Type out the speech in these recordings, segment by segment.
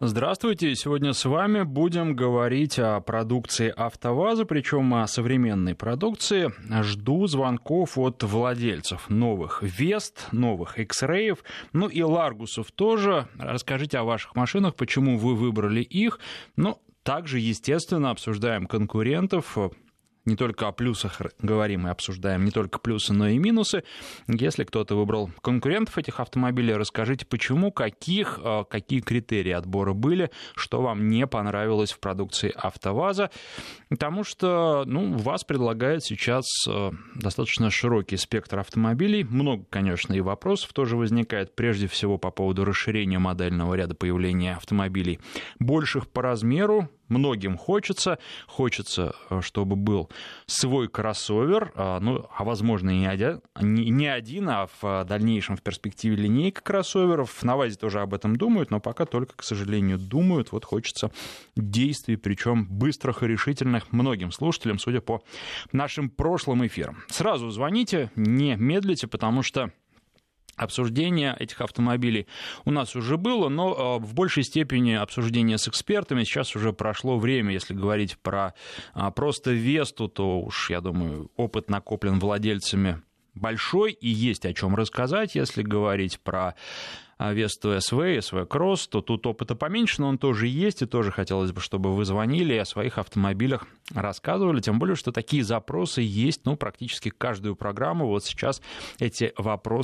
Здравствуйте. Сегодня с вами будем говорить о продукции АвтоВАЗа, причем о современной продукции. Жду звонков от владельцев новых Вест, новых X-Ray, ну и Ларгусов тоже. Расскажите о ваших машинах, почему вы выбрали их. Ну, также, естественно, обсуждаем конкурентов. Не только о плюсах говорим и обсуждаем, не только плюсы, но и минусы. Если кто-то выбрал конкурентов этих автомобилей, расскажите, почему, какие критерии отбора были, что вам не понравилось в продукции АвтоВАЗа. Потому что ВАЗ предлагает сейчас достаточно широкий спектр автомобилей. Много, конечно, и вопросов тоже возникает, прежде всего по поводу расширения модельного ряда, появления автомобилей больших по размеру. Многим хочется, чтобы был свой кроссовер, возможно, не один, а в дальнейшем в перспективе линейка кроссоверов. На ВАЗе тоже об этом думают, но пока только, к сожалению, думают. Вот хочется действий, причем быстрых и решительных многим слушателям, судя по нашим прошлым эфирам. Сразу звоните, не медлите, потому что обсуждение этих автомобилей у нас уже было, но в большей степени обсуждение с экспертами. Сейчас уже прошло время. Если говорить про просто Весту, то уж, я думаю, опыт накоплен владельцами большой и есть о чем рассказать. Если говорить про Весту СВ, СВ Кросс, то тут опыта поменьше, но он тоже есть, и тоже хотелось бы, чтобы вы звонили и о своих автомобилях рассказывали, тем более, что такие запросы есть, практически каждую программу. Вот сейчас эти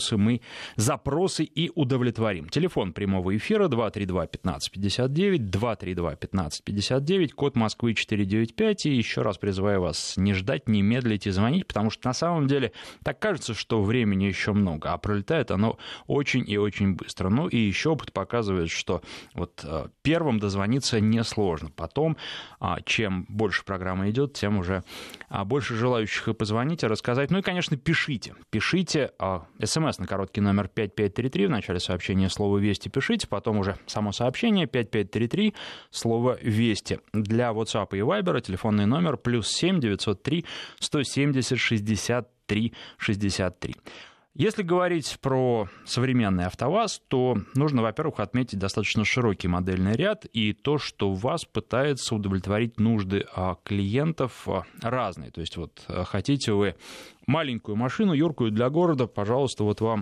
запросы и удовлетворим. Телефон прямого эфира 232-1559, 232-1559, код Москвы 495, и еще раз призываю вас не ждать, не медлить и звонить, потому что на самом деле так кажется, что времени еще много, а пролетает оно очень и очень быстро. Ну и еще опыт показывает, что вот первым дозвониться несложно. Потом, чем больше программа идет, тем уже больше желающих и позвонить, и рассказать. Ну и, конечно, пишите. Пишите СМС на короткий номер 5533, в начале сообщения слово «Вести» пишите, потом уже само сообщение 5533, слово «Вести». Для WhatsApp и Viber телефонный номер +7 903 170 63 63. Если говорить про современный АвтоВАЗ, то нужно, во-первых, отметить достаточно широкий модельный ряд и то, что ВАЗ пытается удовлетворить нужды клиентов разные. То есть вот хотите вы маленькую машину, юркую для города, пожалуйста, вот вам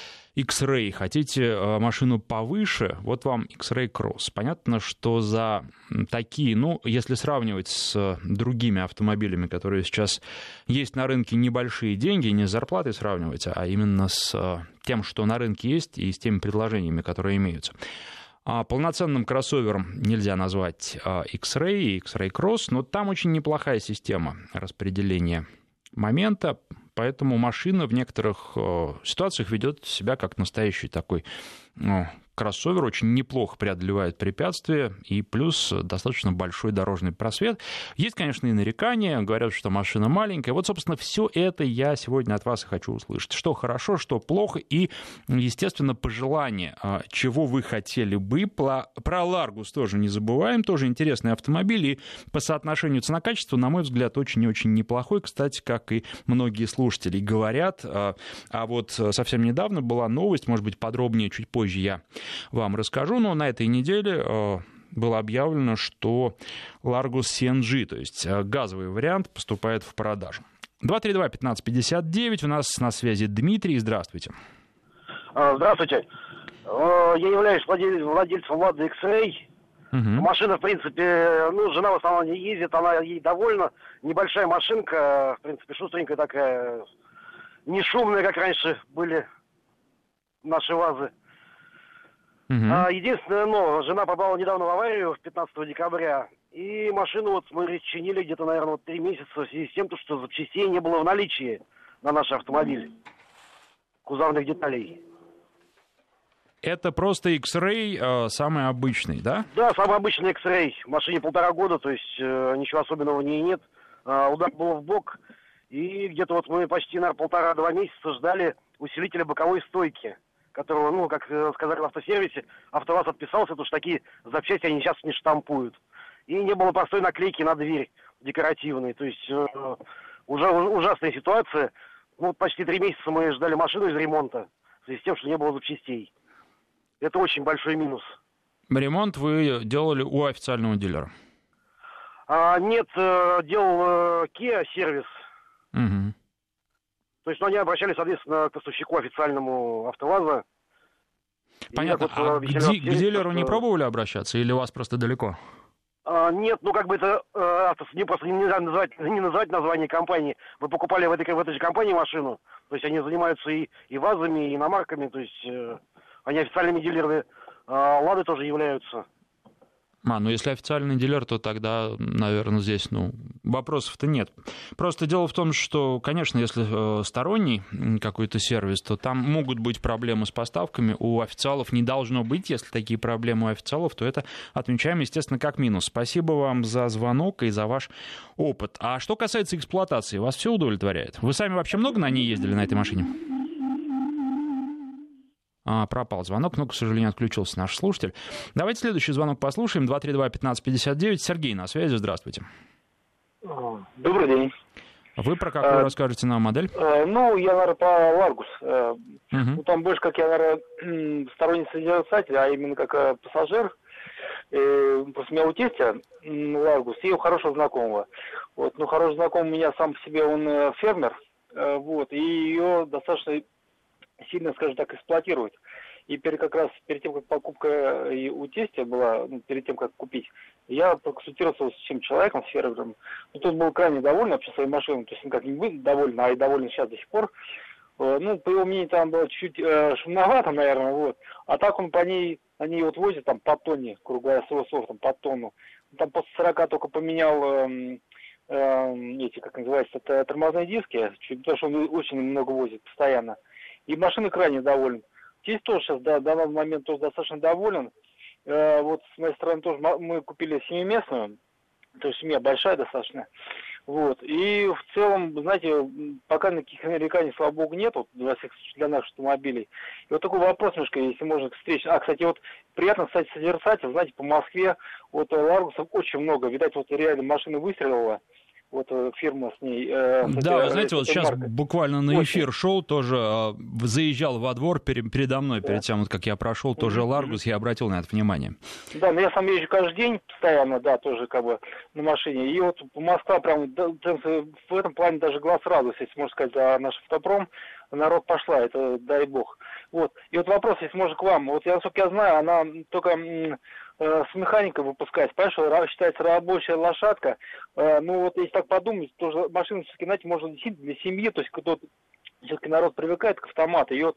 X-Ray, хотите машину повыше, вот вам X-Ray Cross. Понятно, что за такие, если сравнивать с другими автомобилями, которые сейчас есть на рынке, небольшие деньги, не с зарплатой сравнивать, а именно с тем, что на рынке есть, и с теми предложениями, которые имеются. Полноценным кроссовером нельзя назвать X-Ray и X-Ray Cross, но там очень неплохая система распределения момента, поэтому машина в некоторых ситуациях ведет себя как настоящий такой кроссовер, очень неплохо преодолевает препятствия, и плюс достаточно большой дорожный просвет. Есть, конечно, и нарекания, говорят, что машина маленькая. Вот, собственно, все это я сегодня от вас и хочу услышать. Что хорошо, что плохо, и, естественно, пожелания, чего вы хотели бы. Про Ларгус тоже не забываем, тоже интересный автомобиль, и по соотношению цена-качество, на мой взгляд, очень и очень неплохой, кстати, как и многие слушатели говорят. А вот совсем недавно была новость, может быть, подробнее чуть позже я вам расскажу, но на этой неделе было объявлено, что Largus CNG, то есть газовый вариант, поступает в продажу. 232-1559, у нас на связи Дмитрий, здравствуйте. Здравствуйте. Я являюсь владельцем Lada X-Ray. Машина, в принципе, жена в основном не ездит, она ей довольна. Небольшая машинка, в принципе, шустренькая такая, не шумная, как раньше были наши ВАЗы. Единственное, жена попала недавно в аварию, 15 декабря, и машину мы чинили где-то, наверное, 3 месяца в связи с тем, что запчастей не было в наличии на наш автомобиль, кузовных деталей. Это просто X-Ray самый обычный, да? Да, самый обычный X-Ray. Машине 1,5 года, то есть ничего особенного в ней нет. Удар был в бок, и где-то вот мы почти, наверное, 1,5-2 месяца ждали усилителя боковой стойки, которого, как сказали в автосервисе, АвтоВАЗ отписался, потому что такие запчасти они сейчас не штампуют. И не было простой наклейки на дверь декоративной. То есть уже ужасная ситуация. Почти 3 месяца мы ждали машину из ремонта в связи с тем, что не было запчастей. Это очень большой минус. Ремонт вы делали у официального дилера? Нет, делал Kia сервис. Угу. То есть, они обращались, соответственно, к поставщику официальному АвтоВАЗа. Понятно. А к дилеру не пробовали обращаться или у вас просто далеко? Нет, это просто нельзя называть название компании. Мы покупали в этой же компании машину. То есть они занимаются и ВАЗами, и иномарками. То есть они официальными дилерами Лады тоже являются. Если официальный дилер, то тогда, наверное, здесь, вопросов-то нет. Просто дело в том, что, конечно, если сторонний какой-то сервис, то там могут быть проблемы с поставками. У официалов не должно быть. Если такие проблемы у официалов, то это отмечаем, естественно, как минус. Спасибо вам за звонок и за ваш опыт. А что касается эксплуатации, вас все удовлетворяет? Вы сами вообще много на ней ездили, на этой машине? Пропал звонок, к сожалению, отключился наш слушатель. Давайте следующий звонок послушаем. 232-1559. Сергей на связи, здравствуйте. Добрый день. Вы про какую расскажете нам модель? Я, наверное, по Ларгус. Там больше, как я, наверное, сторонний содержатель, а именно как пассажир. Просто у меня у тестя Ларгус и у хорошего знакомого. Хороший знакомый у меня сам по себе, он фермер. И ее достаточно сильно, скажем так, эксплуатируют. И перед тем, как покупка у тестя была, перед тем, как купить, я проконсультировался с этим человеком, с фермером. Тот был крайне доволен вообще своей машиной. То есть он как не был доволен, а и доволен сейчас до сих пор. По его мнению, там было чуть-чуть шумновато, наверное, А так он они возят там по тонне, грубо говоря, по тонну. Там после 40 только поменял как называется, это тормозные диски, потому что он очень много возит постоянно. И машина крайне доволен. Тесть тоже сейчас до данного момента тоже достаточно доволен. С моей стороны тоже мы купили семиместную, то есть семья большая достаточно. И в целом, знаете, пока никаких нареканий, слава богу, нету для наших автомобилей. И такой вопрос немножко, если можно встречать. Кстати, приятно, кстати, содержатель, знаете, по Москве Ларгусов очень много. Видать, реально машина выстрелила. Фирма с ней. Да, вы знаете, сейчас буквально на эфир шел, тоже заезжал во двор передо мной, перед тем, как я прошел, тоже Ларгус, я обратил на это внимание. Да, но я сам езжу каждый день постоянно, да, тоже на машине. И Москва прям в этом плане даже глаз радуется, если можно сказать, за наш автопром. Народ пошла, это дай бог. И вопрос, если можно, к вам. Насколько я знаю, она только с механикой выпускается. Понимаешь, считается рабочая лошадка. Если так подумать, то машина все-таки, знаете, можно действительно для семьи, то есть все-таки народ привыкает к автомату. И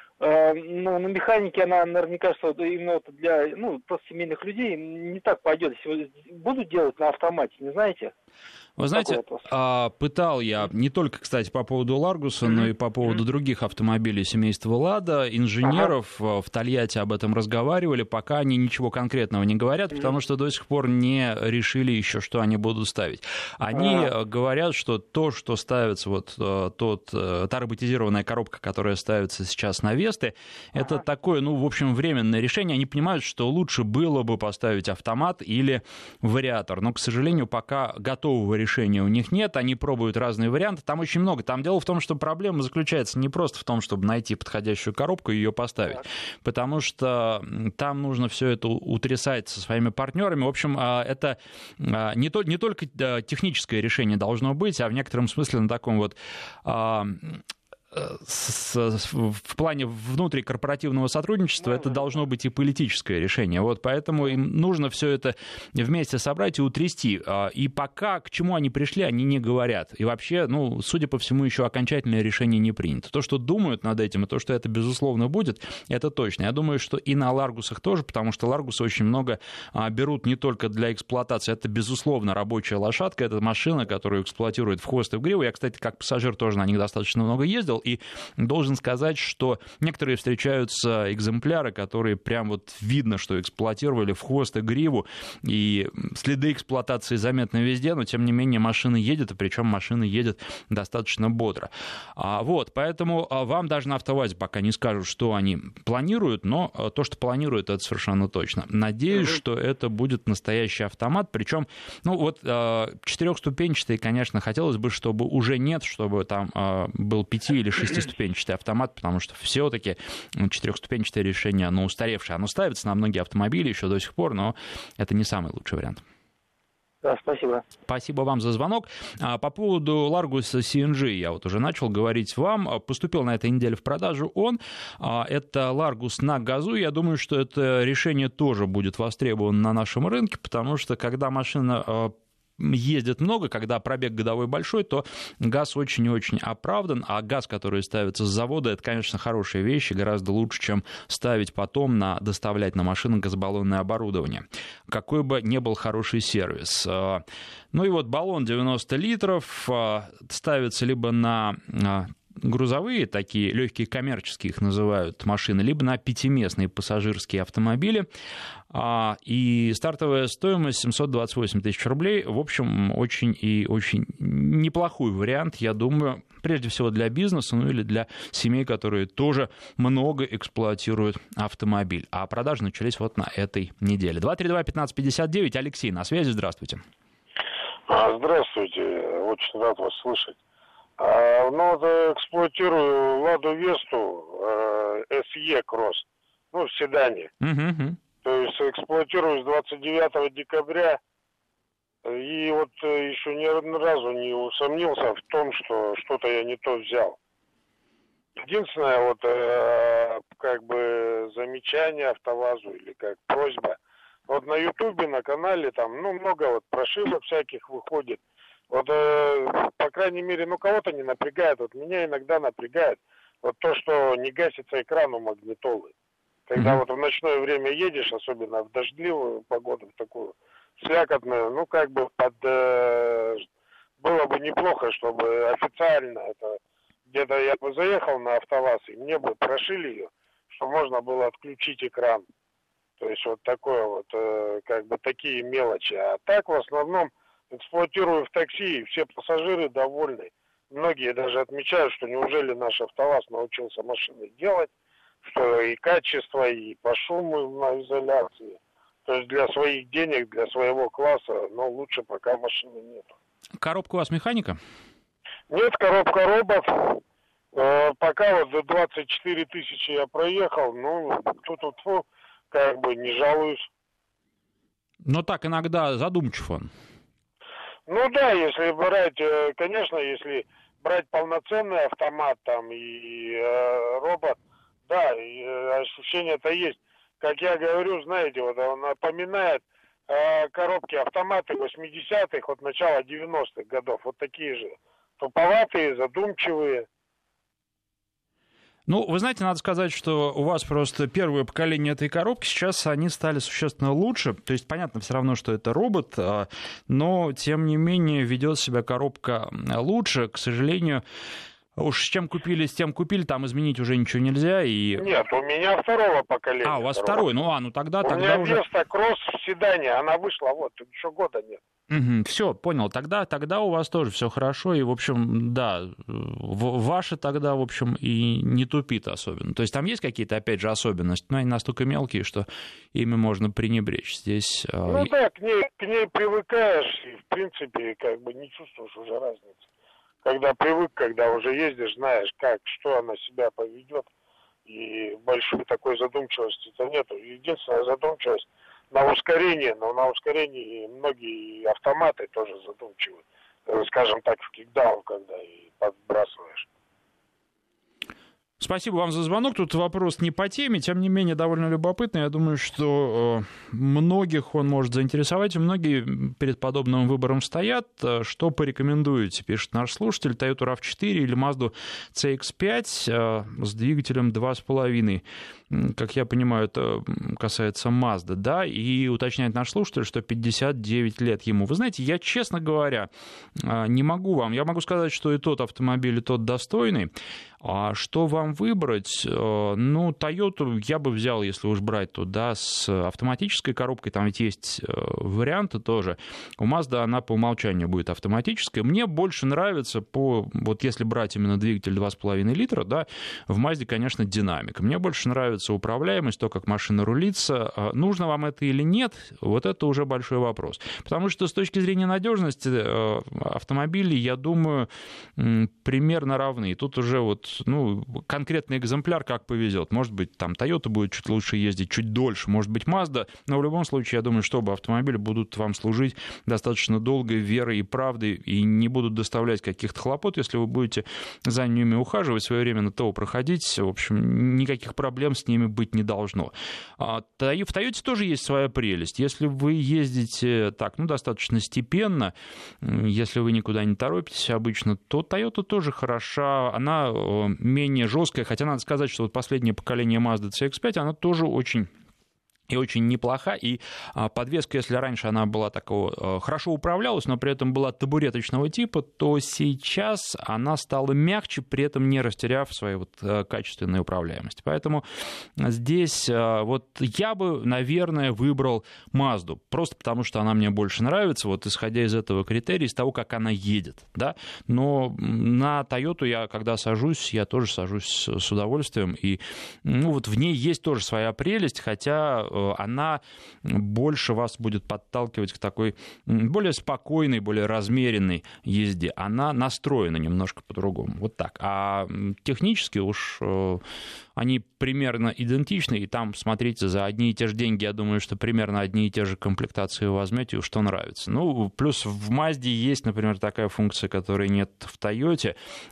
на механике она, наверное, мне кажется, именно для просто семейных людей не так пойдет. Если будут делать на автомате, не знаете? Вы знаете, пытал я не только, кстати, по поводу Ларгуса, но и по поводу других автомобилей семейства Лада, инженеров в Тольятти об этом разговаривали, пока они ничего конкретного не говорят, потому что до сих пор не решили еще, что они будут ставить. Они говорят, что то, что ставится, та роботизированная коробка, которая ставится сейчас на Весты, это такое, в общем, временное решение. Они понимают, что лучше было бы поставить автомат или вариатор, но, к сожалению, пока готового решения у них нет, они пробуют разные варианты, там очень много. Там дело в том, что проблема заключается не просто в том, чтобы найти подходящую коробку и ее поставить, потому что там нужно все это утрясать со своими партнерами. В общем, это не только техническое решение должно быть, а в некотором смысле на таком в плане внутрикорпоративного сотрудничества это должно быть и политическое решение. Поэтому им нужно все это вместе собрать и утрясти. И пока к чему они пришли, они не говорят. И вообще, судя по всему, еще окончательное решение не принято. То, что думают над этим, и то, что это, безусловно, будет, это точно. Я думаю, что и на Ларгусах тоже, потому что Ларгусы очень много берут не только для эксплуатации. Это, безусловно, рабочая лошадка, это машина, которую эксплуатируют в хвост и в гриву. Я, кстати, как пассажир тоже на них достаточно много ездил, и должен сказать, что некоторые встречаются экземпляры, которые прям видно, что эксплуатировали в хвост и гриву, и следы эксплуатации заметны везде, но тем не менее машина едет, и причем машина едет достаточно бодро. Поэтому вам даже на АвтоВАЗе пока не скажут, что они планируют, но то, что планируют, это совершенно точно. Надеюсь, что это будет настоящий автомат, причем, четырехступенчатый, конечно, хотелось бы, чтобы уже нет, чтобы там был 5- или или шестиступенчатый автомат, потому что все-таки четырехступенчатое решение, оно устаревшее. Оно ставится на многие автомобили еще до сих пор, но это не самый лучший вариант. Да, спасибо. Спасибо вам за звонок. По поводу Largus CNG я вот уже начал говорить вам. Поступил на этой неделе в продажу он. Это Largus на газу. Я думаю, что это решение тоже будет востребовано на нашем рынке, потому что когда машина ездит много, когда пробег годовой большой, то газ очень и очень оправдан, а газ, который ставится с завода, это, конечно, хорошая вещь, и гораздо лучше, чем ставить потом доставлять на машину газобаллонное оборудование, какой бы ни был хороший сервис. Ну и вот баллон 90 литров ставится либо на грузовые, такие легкие коммерческие их называют машины, либо на пятиместные пассажирские автомобили. И стартовая стоимость 728 тысяч рублей. В общем, очень и очень неплохой вариант, я думаю, прежде всего для бизнеса, ну или для семей, которые тоже много эксплуатируют автомобиль. А продажи начались вот на этой неделе. 232-1559. Алексей на связи, здравствуйте. Здравствуйте, очень рад вас слышать. Эксплуатирую Ладу Весту SE Cross, в седане. То есть эксплуатирую с 29 декабря, и вот еще ни разу не усомнился в том, что что-то я не то взял. Единственное, замечание АвтоВАЗу или как просьба. Вот на Ютубе, на канале, там, много прошивок всяких выходит. По крайней мере, кого-то не напрягает. Меня иногда напрягает то, что не гасится экран у магнитолы. Когда в ночное время едешь, особенно в дождливую погоду, в такую слякотную, было бы неплохо, чтобы официально это где-то я бы заехал на АвтоВАЗ, и мне бы прошили ее, чтобы можно было отключить экран. То есть такие мелочи. А так в основном эксплуатирую в такси, и все пассажиры довольны. Многие даже отмечают, что неужели наш АвтоВАЗ научился машины делать, что и качество, и по шуму на изоляции. То есть для своих денег, для своего класса, лучше пока машины нет. Коробка у вас механика? Нет, коробка робот. Пока до 24 тысячи я проехал, не жалуюсь. Но так иногда задумчив он. Если брать, конечно, если брать полноценный автомат и робот, да, и ощущение-то есть. Как я говорю, знаете, он напоминает коробки автоматы 80-х, начала 90-х годов. Такие же туповатые, задумчивые. Вы знаете, надо сказать, что у вас просто первое поколение этой коробки, сейчас они стали существенно лучше. То есть, понятно, все равно, что это робот, но, тем не менее, ведет себя коробка лучше. К сожалению, уж с чем купили, с тем купили, там изменить уже ничего нельзя. Нет, у меня второго поколения. У вас второй, тогда у меня уже... Веста Кросс в седане, она вышла, еще года нет. Все, понял. Тогда у вас тоже все хорошо, и, в общем, да, ваши тогда, в общем, и не тупит особенно. То есть там есть какие-то, опять же, особенности, но они настолько мелкие, что ими можно пренебречь. Здесь... к ней привыкаешь, и, в принципе, не чувствуешь уже разницы. Когда привык, когда уже ездишь, знаешь, что она себя поведет, и большой такой задумчивости-то нету. Единственная задумчивость на ускорение, но на ускорении многие автоматы тоже задумчивы. Скажем так, в кикдаун, когда и подбрасываешь. Спасибо вам за звонок. Тут вопрос не по теме, тем не менее довольно любопытный. Я думаю, что многих он может заинтересовать, и многие перед подобным выбором стоят. Что порекомендуете, пишет наш слушатель, Toyota RAV4 или Mazda CX-5 с двигателем 2,5. Как я понимаю, это касается Mazda, да, и уточняет наш слушатель, что 59 лет ему. Вы знаете, я, честно говоря, не могу вам, я могу сказать, что и тот автомобиль, и тот достойный. А что вам выбрать? Toyota я бы взял, если уж брать туда, с автоматической коробкой, там ведь есть варианты тоже. У Mazda она по умолчанию будет автоматической. Мне больше нравится, если брать именно двигатель 2,5 литра, да, в Mazda, конечно, динамика. Мне больше нравится нравится управляемость, то, как машина рулится. Нужно вам это или нет, вот это уже большой вопрос. Потому что с точки зрения надежности автомобилей, я думаю, примерно равны. И тут уже вот, конкретный экземпляр как повезет. Может быть, там Toyota будет чуть лучше ездить, чуть дольше, может быть, Mazda, но в любом случае, я думаю, что оба автомобиля будут вам служить достаточно долго, верой и правдой, и не будут доставлять каких-то хлопот, если вы будете за ними ухаживать, своевременно ТО проходить, в общем, никаких проблем с ними быть не должно. В Toyota тоже есть своя прелесть. Если вы ездите так, достаточно степенно, если вы никуда не торопитесь обычно, то Toyota тоже хороша, она менее жесткая, хотя надо сказать, что вот последнее поколение Mazda CX-5, она тоже очень неплоха, и подвеска, если раньше она была такого, хорошо управлялась, но при этом была табуреточного типа, то сейчас она стала мягче, при этом не растеряв своей качественной управляемости. Поэтому здесь я бы, наверное, выбрал Mazda, просто потому что она мне больше нравится, исходя из этого критерия, из того, как она едет, да, но на Toyota я, когда сажусь, я тоже сажусь с удовольствием, и в ней есть тоже своя прелесть, хотя она больше вас будет подталкивать к такой более спокойной, более размеренной езде. Она настроена немножко по-другому. Вот так. А технически уж они примерно идентичны, и там, смотрите, за одни и те же деньги, я думаю, что примерно одни и те же комплектации вы возьмете, что нравится. Плюс в Mazda есть, например, такая функция, которой нет в Toyota,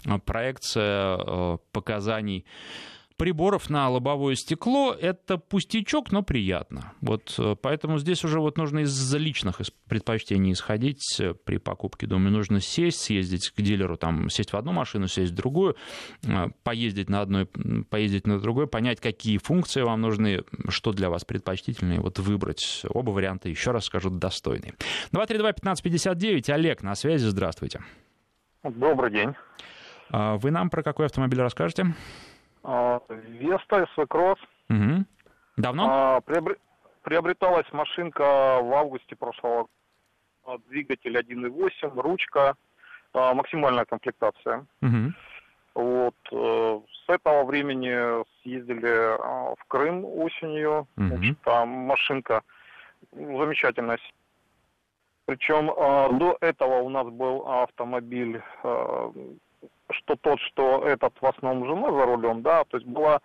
проекция показаний приборов на лобовое стекло. Это пустячок, но приятно. Поэтому здесь уже нужно из личных предпочтений исходить при покупке. Думаю, нужно съездить к дилеру, сесть в одну машину, сесть в другую, поездить на одной, поездить на другой, понять, какие функции вам нужны, что для вас предпочтительно, и выбрать оба варианта, еще раз скажу, достойные. 232-1559, Олег на связи, здравствуйте. Добрый день. Вы нам про какой автомобиль расскажете? Веста S-Cross. Угу. Давно? Приобреталась машинка в августе прошлого года. Двигатель 1.8, ручка, максимальная комплектация. Угу. С этого времени съездили в Крым осенью. Угу. Значит, там машинка замечательная. Причем до этого у нас был автомобиль, что этот в основном жена за рулем, да, то есть была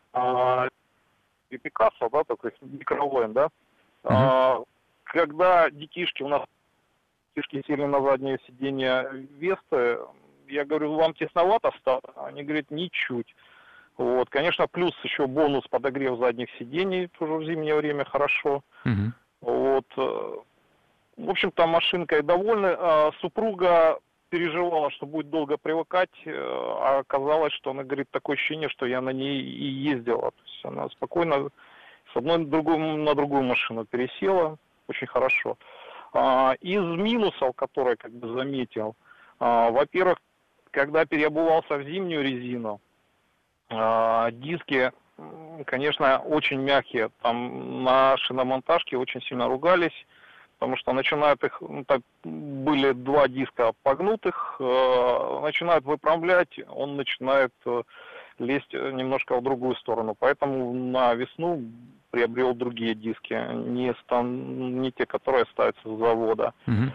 Пикассо, да, такой микровоин, да. Когда детишки сели на заднее сиденье Весты, я говорю, вам тесновато стало? Они говорят, ничуть. Конечно, плюс еще бонус подогрев задних сидений, тоже в зимнее время хорошо. В общем-то, машинкой довольны. Супруга переживала, что будет долго привыкать, а оказалось, что она говорит, такое ощущение, что я на ней и ездила. То есть она спокойно с одной на другую машину пересела, очень хорошо. Из минусов, которые заметил, во-первых, когда переобувался в зимнюю резину, диски, конечно, очень мягкие. Там на шиномонтажке очень сильно ругались, потому что начинают их, были 2 диска погнутых, начинают выправлять, он начинает лезть немножко в другую сторону. Поэтому на весну приобрел другие диски, не те, которые ставятся с завода.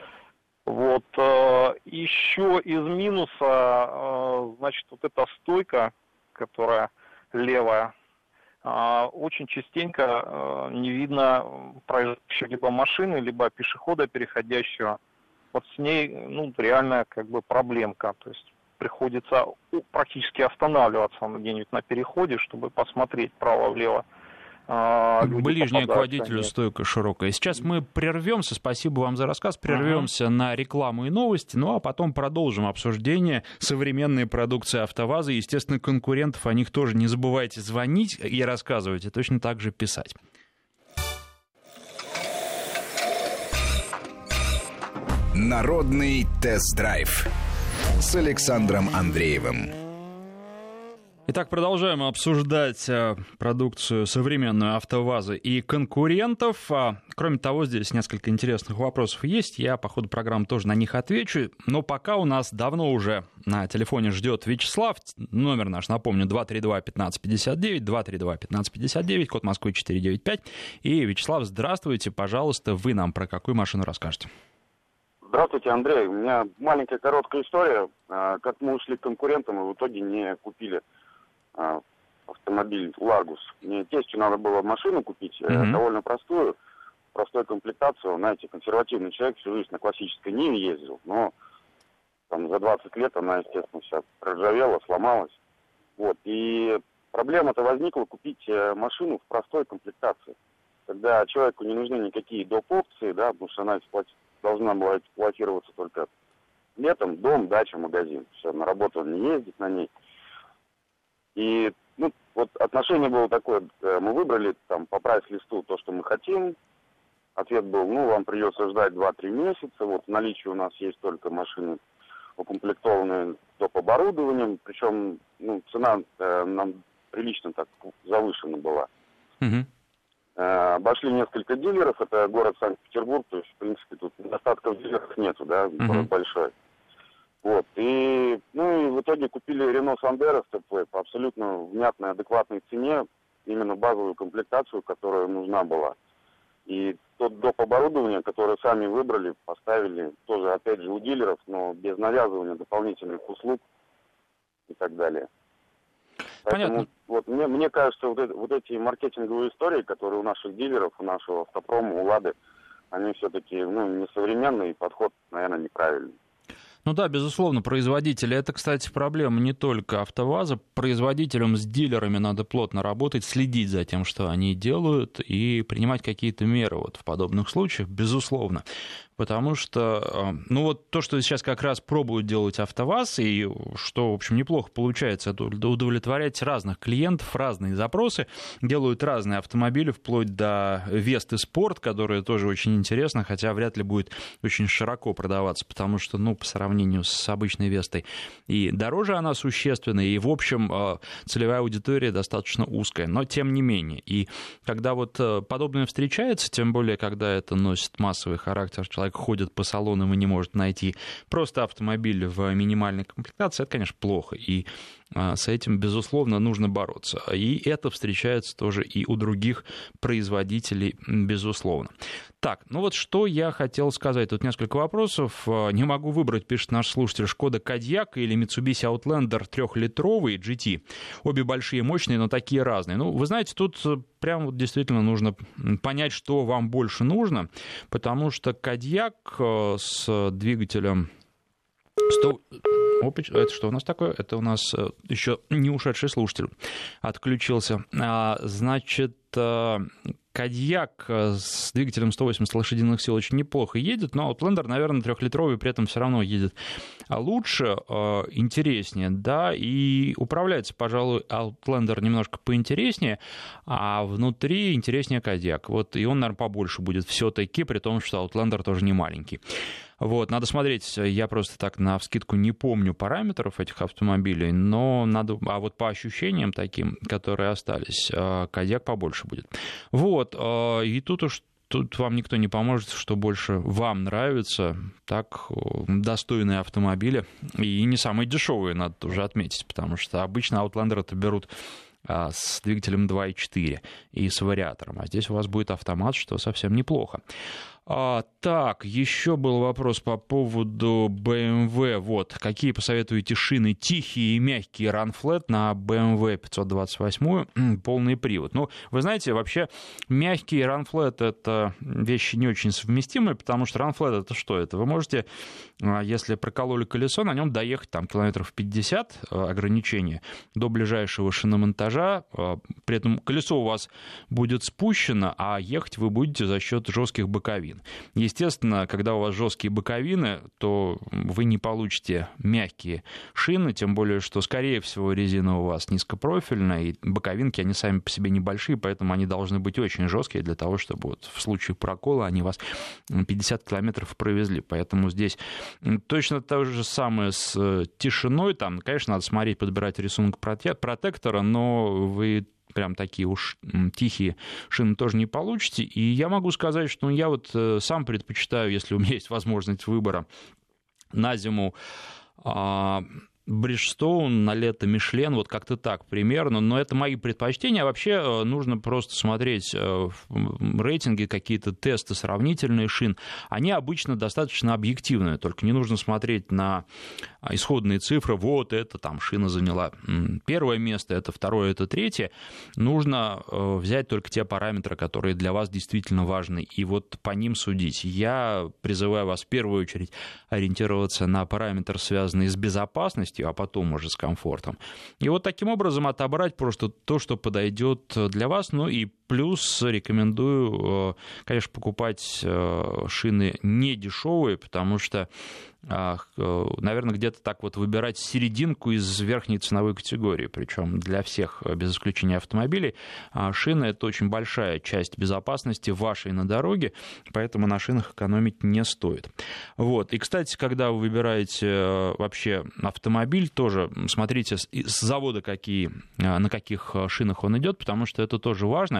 Еще из минуса, значит, эта стойка, которая левая, очень частенько не видно проезжающей либо машины, либо пешехода переходящего. С ней, реальная проблемка. То есть приходится практически останавливаться где-нибудь на переходе, чтобы посмотреть право-влево. Ближняя к водителю стойка широкая. Сейчас мы прервемся. Спасибо вам за рассказ. Прервемся на рекламу и новости. А потом продолжим обсуждение современной продукции АвтоВАЗа. Естественно, конкурентов, о них тоже не забывайте звонить и рассказывать, и точно так же писать. Народный тест-драйв с Александром Андреевым. Итак, продолжаем обсуждать продукцию современную АвтоВАЗа и конкурентов. Кроме того, здесь несколько интересных вопросов есть. Я по ходу программы тоже на них отвечу. Но пока у нас давно уже на телефоне ждет Вячеслав. Номер наш, напомню, 232-1559, 232-1559, код Москвы 495. И, Вячеслав, здравствуйте. Пожалуйста, вы нам про какую машину расскажете? Здравствуйте, Андрей. У меня маленькая короткая история. Как мы ушли к конкурентам и в итоге не купили автомобиль Ларгус. Мне тестю надо было машину купить, довольно простую, простой комплектацию. Знаете, консервативный человек, всю жизнь на классической Ниве ездил, но там за 20 лет она, естественно, вся проржавела, сломалась. Вот. И проблема-то возникла купить машину в простой комплектации. Когда человеку не нужны никакие доп. Опции, да, потому что она должна была эксплуатироваться только летом, дом, дача, магазин. Все, на работу он не ездит на ней. И, вот отношение было такое, мы выбрали там по прайс-листу то, что мы хотим. Ответ был, вам придется ждать 2-3 месяца. Вот в наличии у нас есть только машины, укомплектованные доп. Оборудованием. Причем, цена нам прилично так завышена была. Обошли несколько дилеров, это город Санкт-Петербург, то есть, в принципе, тут недостатков дилеров нету, да, город большой. Вот, и в итоге купили Renault Sandero в ТП по абсолютно внятной, адекватной цене, именно базовую комплектацию, которая нужна была. И тот доп. Оборудование, которое сами выбрали, поставили тоже, опять же, у дилеров, но без навязывания дополнительных услуг и так далее. Поэтому вот мне кажется, вот эти маркетинговые истории, которые у наших дилеров, у нашего автопрома, у Лады, они все-таки несовременные, и подход, наверное, неправильный. Ну да, безусловно, производители. Это, кстати, проблема не только АвтоВАЗа. Производителям с дилерами надо плотно работать, следить за тем, что они делают, и принимать какие-то меры вот в подобных случаях, безусловно. Потому что, то, что сейчас как раз пробуют делать АвтоВАЗ, и что, в общем, неплохо получается, это удовлетворять разных клиентов, разные запросы, делают разные автомобили, вплоть до Весты Спорт, которая тоже очень интересна, хотя вряд ли будет очень широко продаваться, потому что, по сравнению с обычной Вестой, и дороже она существенно, и, в общем, целевая аудитория достаточно узкая, но тем не менее. И когда вот подобное встречается, тем более, когда это носит массовый характер, человек ходит по салонам и не может найти просто автомобиль в минимальной комплектации, это, конечно, плохо, и с этим, безусловно, нужно бороться. И это встречается тоже и у других производителей, безусловно. Так, что я хотел сказать. Тут несколько вопросов. Не могу выбрать, пишет наш слушатель, Шкода Кодиак или Mitsubishi Outlander 3-литровый GT. Обе большие, мощные, но такие разные. Вы знаете, тут прям вот действительно нужно понять, что вам больше нужно, потому что Кодиак с двигателем 100... Это что у нас такое? Это у нас еще не ушедший слушатель отключился. Значит, Кодиак с двигателем 180 лошадиных сил очень неплохо едет, но Outlander, наверное, 3-литровый при этом все равно едет лучше, интереснее, да, и управляется, пожалуй, Outlander немножко поинтереснее, а внутри интереснее Кодиак. Вот, и он, наверное, побольше будет все-таки, при том, что Outlander тоже не маленький. Вот, надо смотреть, я просто так навскидку не помню параметров этих автомобилей, но надо, а вот по ощущениям таким, которые остались, Кодиак побольше будет. Вот, и тут вам никто не поможет, что больше вам нравится, так, достойные автомобили, и не самые дешевые, надо тоже отметить, потому что обычно Outlander-то берут с двигателем 2.4 и с вариатором, а здесь у вас будет автомат, что совсем неплохо. Так, еще был вопрос по поводу BMW. Вот, какие посоветуете шины тихие и мягкие Run Flat на BMW 528, полный привод? Вы знаете, вообще мягкий Run Flat — это вещи не очень совместимые, потому что Run Flat — это что? Это вы можете, если прокололи колесо, на нем доехать там километров 50 ограничения до ближайшего шиномонтажа, при этом колесо у вас будет спущено, а ехать вы будете за счет жестких боковин. шин. Естественно, когда у вас жесткие боковины, то вы не получите мягкие шины, тем более, что, скорее всего, резина у вас низкопрофильная, и боковинки, они сами по себе небольшие, поэтому они должны быть очень жесткие для того, чтобы вот в случае прокола они вас 50 километров провезли. Поэтому здесь точно то же самое с тишиной. Там, конечно, надо смотреть, подбирать рисунок протектора, но вы прям такие уж тихие шины тоже не получите. И я могу сказать, что я вот сам предпочитаю, если у меня есть возможность выбора, на зиму Бриджстоун, на лето Мишлен, вот как-то так примерно, но это мои предпочтения. А вообще нужно просто смотреть рейтинги, какие-то тесты сравнительные шин. Они обычно достаточно объективные, только не нужно смотреть на исходные цифры. Вот это там шина заняла первое место, это второе, это третье. Нужно взять только те параметры, которые для вас действительно важны, и вот по ним судить. Я призываю вас в первую очередь ориентироваться на параметр, связанный с безопасностью, а потом уже с комфортом. И вот таким образом отобрать просто то, что подойдет для вас. Ну и плюс рекомендую, конечно, покупать шины не дешевые, потому что, наверное, где-то так вот выбирать серединку из верхней ценовой категории, причем для всех, без исключения автомобилей. Шины — это очень большая часть безопасности вашей на дороге, поэтому на шинах экономить не стоит. Вот. И, кстати, когда вы выбираете вообще автомобиль, тоже смотрите с завода, на каких шинах он идет, потому что это тоже важно.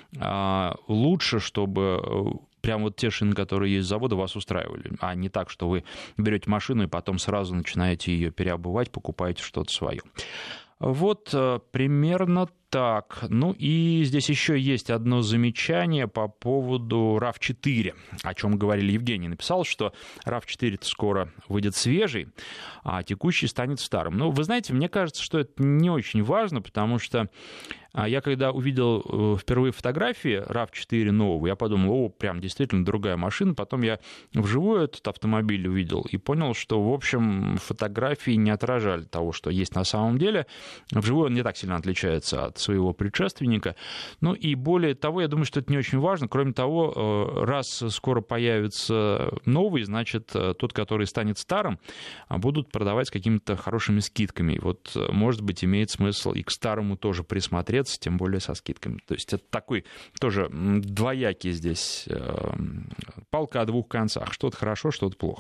Лучше, чтобы прям вот те шины, которые есть с завода, вас устраивали, а не так, что вы берете машину и потом сразу начинаете ее переобувать, покупаете что-то свое. Вот примерно так. Ну и здесь еще есть одно замечание по поводу RAV4, о чем говорили. Евгений написал, что RAV4 скоро выйдет свежий, а текущий станет старым. Ну, вы знаете, мне кажется, что это не очень важно, потому что я когда увидел впервые фотографии RAV4 нового, я подумал, прям действительно другая машина. Потом я вживую этот автомобиль увидел и понял, что, в общем, фотографии не отражали того, что есть на самом деле. Вживую он не так сильно отличается от своего предшественника. Ну и более того, я думаю, что это не очень важно. Кроме того, раз скоро появится новый, значит, тот, который станет старым, будут продавать с какими-то хорошими скидками. Вот, может быть, имеет смысл и к старому тоже присмотреться, тем более со скидками. То есть это такой тоже двоякий здесь палка о двух концах. Что-то хорошо, что-то плохо.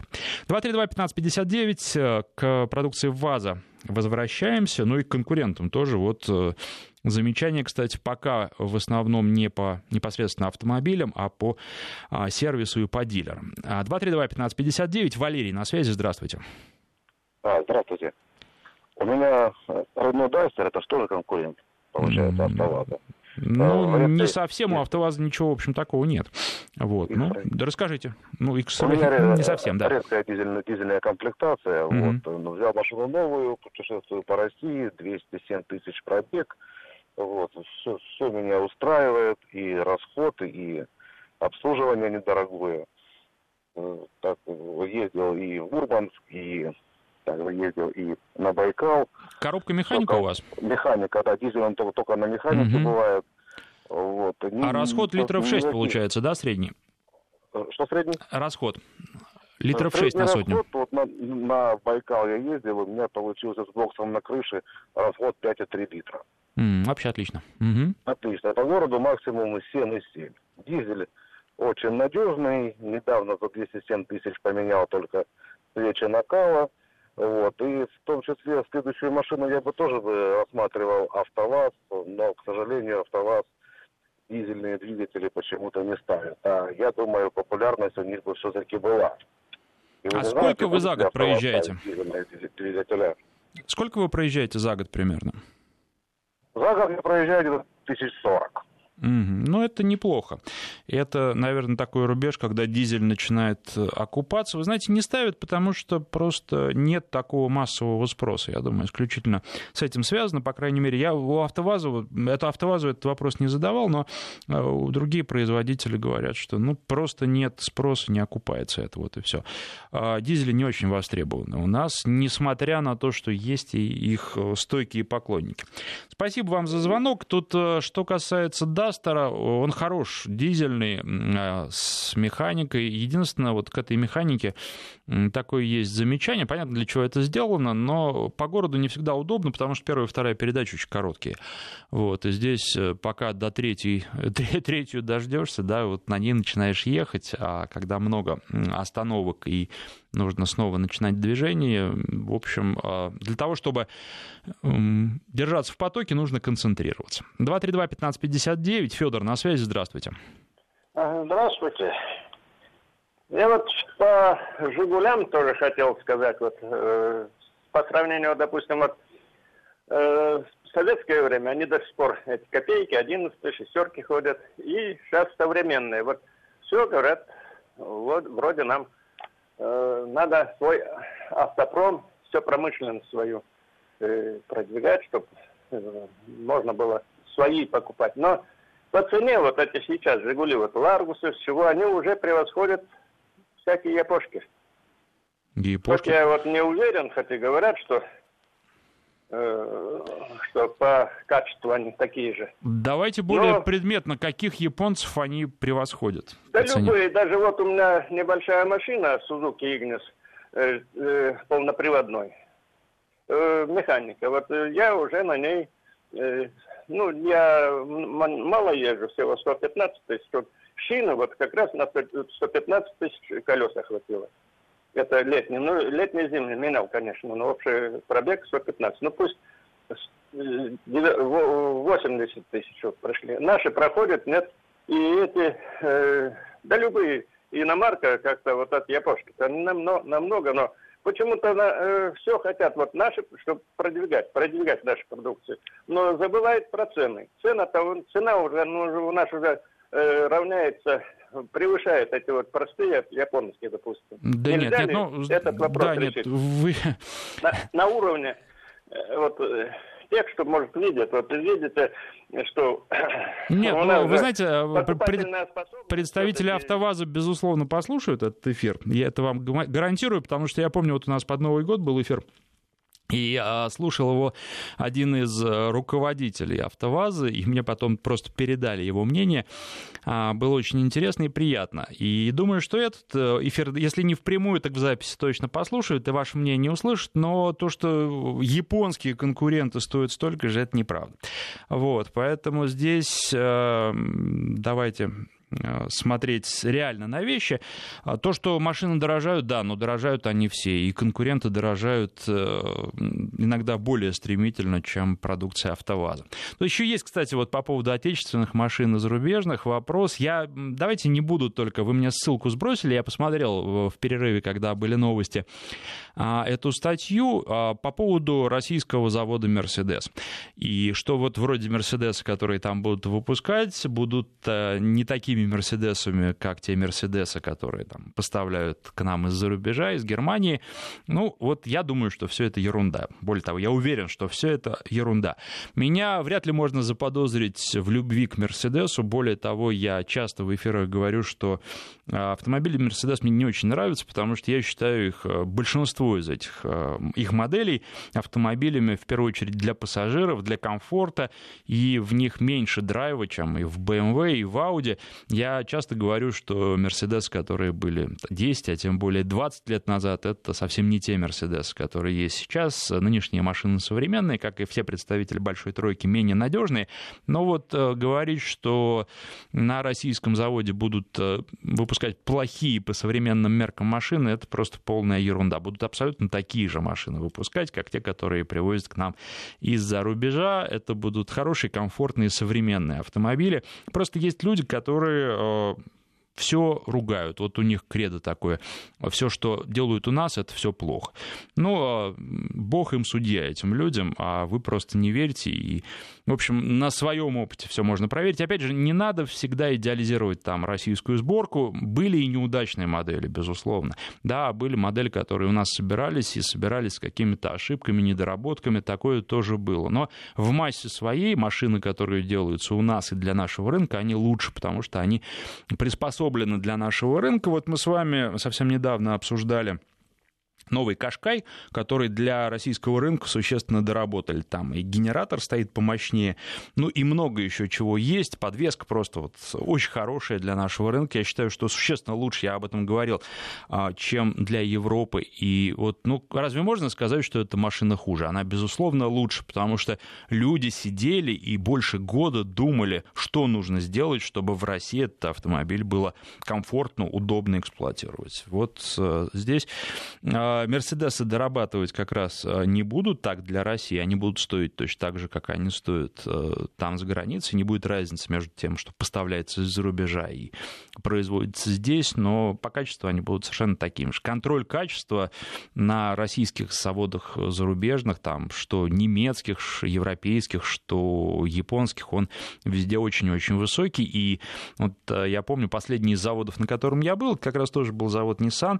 232-1559, к продукции ВАЗа возвращаемся, ну и к конкурентам тоже. Вот замечание, кстати, пока в основном не по непосредственно автомобилям, а по сервису и по дилерам. 232-1559, Валерий на связи, здравствуйте. Здравствуйте. У меня Renault Duster, это что же конкурент, получается, АвтоВАЗа? Ну, не совсем, у АвтоВАЗа ничего, в общем, такого нет. Вот, ну, да расскажите. Ну, не совсем, да. Редкая дизельная комплектация. Вот, взял машину новую, путешествую по России, 207 тысяч пробег. Вот, все меня устраивает, и расход, и обслуживание недорогое. Так, ездил и в Мурманск, и ездил и на Байкал. Коробка механика у вас? Механика, да, дизель он только на механике бывает. Вот. А расход литров 6 получается, да, средний? Что средний? Расход. Литров 6 на сотню. Расход, вот на Байкал я ездил, у меня получился с боксом на крыше расход 5,3 литра. Вообще отлично. Отлично. По городу максимум 7,7. Дизель очень надежный. Недавно за 207 тысяч поменял только свечи накала. Вот. И в том числе следующую машину я бы тоже рассматривал АвтоВАЗ, но, к сожалению, АвтоВАЗ дизельные двигатели почему-то не ставят. А я думаю, популярность у них бы все-таки была. Сколько вы за год проезжаете? Сколько вы проезжаете за год примерно? За год я проезжаю где-то 1040. Ну, это неплохо. Это, наверное, такой рубеж, когда дизель начинает окупаться. Вы знаете, не ставят, потому что просто нет такого массового спроса. Я думаю, исключительно с этим связано. По крайней мере, я у АвтоВАЗа этот вопрос не задавал, но другие производители говорят, что просто нет спроса, не окупается это, вот и все. Дизели не очень востребованы у нас, несмотря на то, что есть и их стойкие поклонники. Спасибо вам за звонок. Тут, что касается Дастера, он хорош, дизельный, с механикой. Единственное, вот к этой механике такое есть замечание. Понятно, для чего это сделано, но по городу не всегда удобно, потому что первая и вторая передача очень короткие. Вот, и здесь пока до третью дождешься, да, вот на ней начинаешь ехать, а когда много остановок и нужно снова начинать движение, в общем, для того, чтобы держаться в потоке, нужно концентрироваться. 232-1559, Федор на связи, здравствуйте. Здравствуйте. Я вот по «Жигулям» тоже хотел сказать, вот по сравнению, допустим, вот в советское время они до сих пор, эти копейки, 11-й, шестерки ходят, и сейчас современные. Вот все говорят, вот вроде нам надо свой автопром, все промышленность свою продвигать, чтобы можно было свои покупать. Но по цене вот эти сейчас «Жигули», вот «Ларгусы», всего, они уже превосходят всякие япошки. Япошки? Хоть я вот не уверен, хотя говорят, что по качеству они такие же. Давайте более предметно, каких японцев они превосходят? Да любые, даже вот у меня небольшая машина Suzuki Ignis, полноприводной, механика. Вот я уже на ней, я мало езжу, всего 115 тысяч. Шины вот как раз на 115 тысяч колеса хватило. Это летний, летний зимний менял, конечно, но общий пробег 115. Ну пусть 80 тысяч вот прошли. Наши проходят, нет, и эти, любые, иномарка как-то вот от япошки-то намного, но почему-то все хотят вот наши, чтобы продвигать нашу продукцию. Но забывают про цены. Цена уже, у нас уже равняется, превышает эти вот простые японские, допустим. Да нельзя нет, этот вопрос решить? На уровне вот тех, что, может, видят. Вот видите, что... Нет, вы знаете, представители АвтоВАЗа, безусловно, послушают этот эфир. Я это вам гарантирую, потому что я помню, вот у нас под Новый год был эфир, и слушал его один из руководителей АвтоВАЗа, и мне потом просто передали его мнение. Было очень интересно и приятно. И думаю, что этот эфир, если не впрямую, так в записи точно послушают и ваше мнение услышат, но то, что японские конкуренты стоят столько же, это неправда. Вот, поэтому здесь давайте смотреть реально на вещи. То, что машины дорожают, да, но дорожают они все, и конкуренты дорожают иногда более стремительно, чем продукция АвтоВАЗа. Но еще есть, кстати, вот по поводу отечественных машин и зарубежных вопрос. Давайте не буду только, вы мне ссылку сбросили, я посмотрел в перерыве, когда были новости, эту статью по поводу российского завода «Мерседес». И что вот вроде «Мерседеса», которые там будут выпускать, будут не такими «Мерседесами», как те «Мерседесы», которые там поставляют к нам из-за рубежа, из Германии. Ну, вот я думаю, что все это ерунда. Более того, я уверен, что все это ерунда. Меня вряд ли можно заподозрить в любви к «Мерседесу». Более того, я часто в эфирах говорю, что автомобили «Мерседес» мне не очень нравятся, потому что я считаю их, большинство из этих их моделей автомобилями, в первую очередь, для пассажиров, для комфорта, и в них меньше драйва, чем и в BMW, и в Audi. Я часто говорю, что «Мерседесы», которые были 10, а тем более 20 лет назад, это совсем не те «Мерседесы», которые есть сейчас. Нынешние машины современные, как и все представители большой тройки, менее надежные. Но вот говорить, что на российском заводе будут выпускать плохие по современным меркам машины, это просто полная ерунда. Будут абсолютно такие же машины выпускать, как те, которые привозят к нам из-за рубежа. Это будут хорошие, комфортные, современные автомобили. Просто есть люди, которые все ругают. Вот у них кредо такое. Все, что делают у нас, это все плохо. Ну, бог им судья, этим людям, а вы просто не верьте. И, в общем, на своем опыте все можно проверить. Опять же, не надо всегда идеализировать там российскую сборку. Были и неудачные модели, безусловно. Да, были модели, которые у нас собирались, и собирались с какими-то ошибками, недоработками. Такое тоже было. Но в массе своей машины, которые делаются у нас и для нашего рынка, они лучше, потому что они приспособлены для нашего рынка. Вот мы с вами совсем недавно обсуждали новый Qashqai, который для российского рынка существенно доработали. Там и генератор стоит помощнее, ну и много еще чего есть. Подвеска просто вот очень хорошая для нашего рынка. Я считаю, что существенно лучше, я об этом говорил, чем для Европы. И вот, ну, разве можно сказать, что эта машина хуже? Она, безусловно, лучше, потому что люди сидели и больше года думали, что нужно сделать, чтобы в России этот автомобиль было комфортно, удобно эксплуатировать. Вот здесь Мерседесы дорабатывать как раз не будут так для России, они будут стоить точно так же, как они стоят там за границей, не будет разницы между тем, что поставляется из-за рубежа и производится здесь, но по качеству они будут совершенно такими же. Контроль качества на российских заводах зарубежных, там, что немецких, что европейских, что японских, он везде очень-очень высокий, и вот я помню, последний из заводов, на котором я был, как раз тоже был завод Nissan,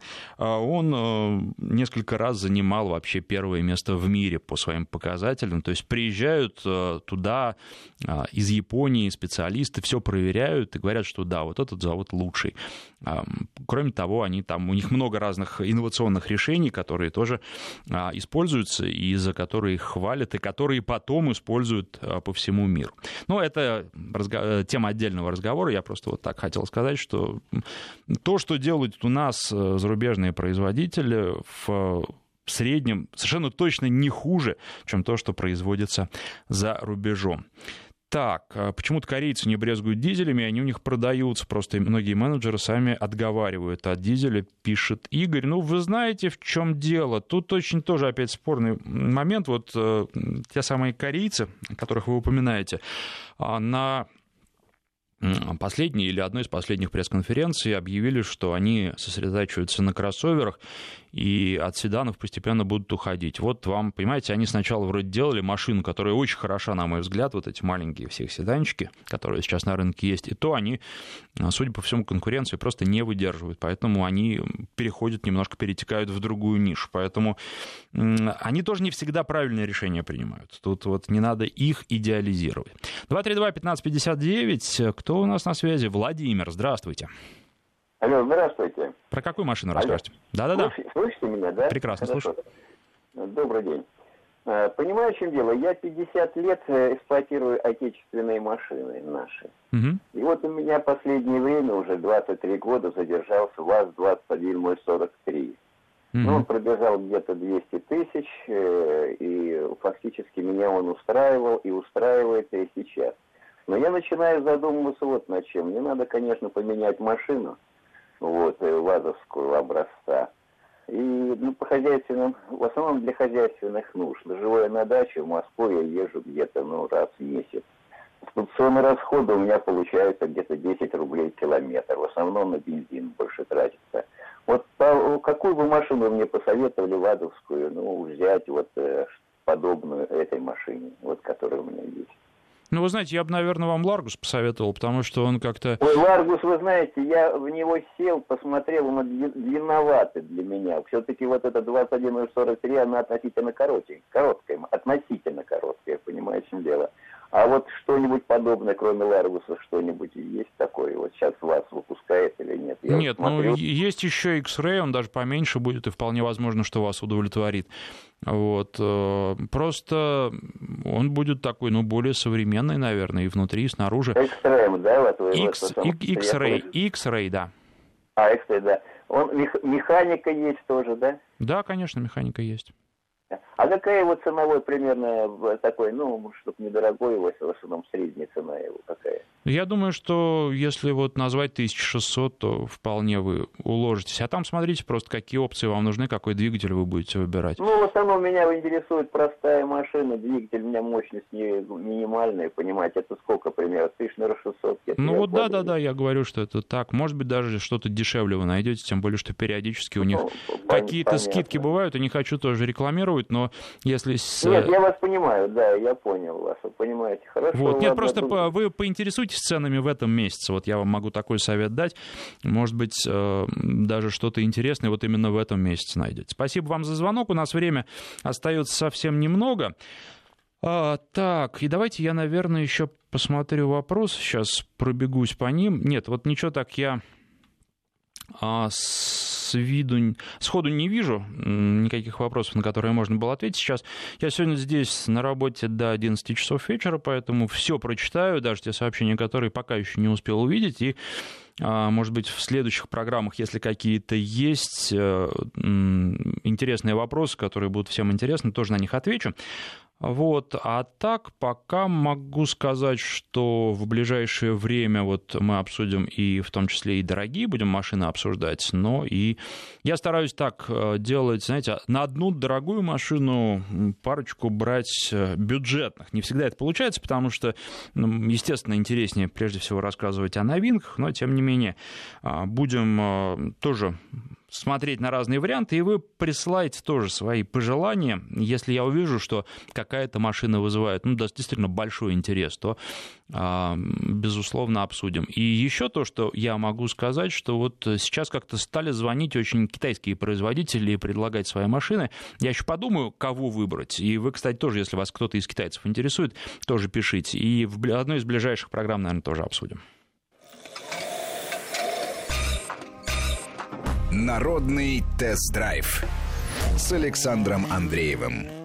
он несколько раз занимал вообще первое место в мире по своим показателям. То есть приезжают туда из Японии специалисты, все проверяют и говорят, что да, вот этот завод лучший. Кроме того, они там, у них много разных инновационных решений, которые тоже используются и за которые их хвалят, и которые потом используют по всему миру. Но это тема отдельного разговора. Я просто вот так хотел сказать, что то, что делают у нас зарубежные производители, в среднем совершенно точно не хуже, чем то, что производится за рубежом. Так, почему-то корейцы не брезгуют дизелями, они у них продаются, просто многие менеджеры сами отговаривают от дизеля, пишет Игорь. Ну, вы знаете, в чем дело? Тут очень тоже опять спорный момент. Вот те самые корейцы, которых вы упоминаете, на последней или одной из последних пресс-конференций объявили, что они сосредотачиваются на кроссоверах и от седанов постепенно будут уходить. Вот вам, понимаете, они сначала вроде делали машину, которая очень хороша, на мой взгляд, вот эти маленькие все седанчики, которые сейчас на рынке есть, и то они, судя по всему, конкуренцию просто не выдерживают, поэтому они переходят, немножко перетекают в другую нишу, поэтому они тоже не всегда правильные решения принимают. Тут вот не надо их идеализировать. 232-1559, кто у нас на связи? Владимир, здравствуйте. Алло, здравствуйте. Про какую машину расскажете? Да-да-да. Слышите меня, да? Прекрасно, слышу. Добрый день. Понимаю, в чем дело. Я 50 лет эксплуатирую отечественные машины наши. Угу. И вот у меня последнее время, уже 23 года, задержался ВАЗ-21-43. Ну, он пробежал где-то 200 тысяч, и фактически меня он устраивал и устраивает и сейчас. Но я начинаю задумываться вот над чем. Мне надо, конечно, поменять машину, вот, ВАЗовскую образца. И по хозяйственным, в основном для хозяйственных нужд. Живу я на даче, в Москву я езжу где-то, раз в месяц. Эксплуатационные расходы у меня получаются где-то 10 рублей в километр. В основном на бензин больше тратится. Вот какую бы машину вы мне посоветовали, ВАЗовскую, взять вот подобную этой машине, вот которая у меня есть? Ну, вы знаете, я бы, наверное, вам Ларгус посоветовал, потому что он как-то... Ой, Ларгус, вы знаете, я в него сел, посмотрел, он длинноватый для меня. Все-таки вот эта 21.43, она относительно короткая, относительно короткая, понимаете, в чем дело. А вот что-нибудь подобное, кроме Ларгуса, что-нибудь есть такое? Вот сейчас ВАЗ выпускает или нет? Нет, есть еще X-Ray, он даже поменьше будет, и вполне возможно, что вас удовлетворит. Вот. Просто он будет такой, более современный, наверное, и внутри, и снаружи. X-Ray, да? X-Ray, да. X-Ray, да. Механика есть тоже, да? Да, конечно, механика есть. А какая его ценовой примерно такой, чтобы недорогой его, в основном средняя цена его какая? Я думаю, что если вот назвать 1600, то вполне вы уложитесь. А там смотрите просто, какие опции вам нужны, какой двигатель вы будете выбирать. В основном меня интересует простая машина, двигатель у меня мощность минимальная, понимаете, это сколько примерно? 1600? Да, я говорю, что это так. Может быть, даже что-то дешевле вы найдете, тем более, что периодически у них какие-то скидки бывают, и не хочу тоже рекламировать, но если... Нет, я вас понимаю, да, я понял вас, вы понимаете, хорошо. Вот, нет, просто вы поинтересуйтесь ценами в этом месяце, вот я вам могу такой совет дать, может быть, даже что-то интересное вот именно в этом месяце найдете. Спасибо вам за звонок, у нас время остается совсем немного. Так, и давайте я, наверное, еще посмотрю вопрос, сейчас пробегусь по ним. Нет, вот ничего так я... сходу не вижу никаких вопросов, на которые можно было ответить сейчас. Я сегодня здесь на работе до 11 часов вечера, поэтому все прочитаю, даже те сообщения, которые пока еще не успел увидеть, и может быть, в следующих программах, если какие-то есть интересные вопросы, которые будут всем интересны, тоже на них отвечу. Вот. А так пока могу сказать, что в ближайшее время вот мы обсудим и в том числе и дорогие будем машины обсуждать, но и я стараюсь так делать, знаете, на одну дорогую машину парочку брать бюджетных. Не всегда это получается, потому что, естественно, интереснее прежде всего рассказывать о новинках, но тем не менее будем тоже смотреть на разные варианты, и вы присылаете тоже свои пожелания. Если я увижу, что какая-то машина вызывает, действительно большой интерес, то, безусловно, обсудим. И еще то, что я могу сказать, что вот сейчас как-то стали звонить очень китайские производители и предлагать свои машины. Я еще подумаю, кого выбрать. И вы, кстати, тоже, если вас кто-то из китайцев интересует, тоже пишите. И в одной из ближайших программ, наверное, тоже обсудим. Народный тест-драйв с Александром Андреевым.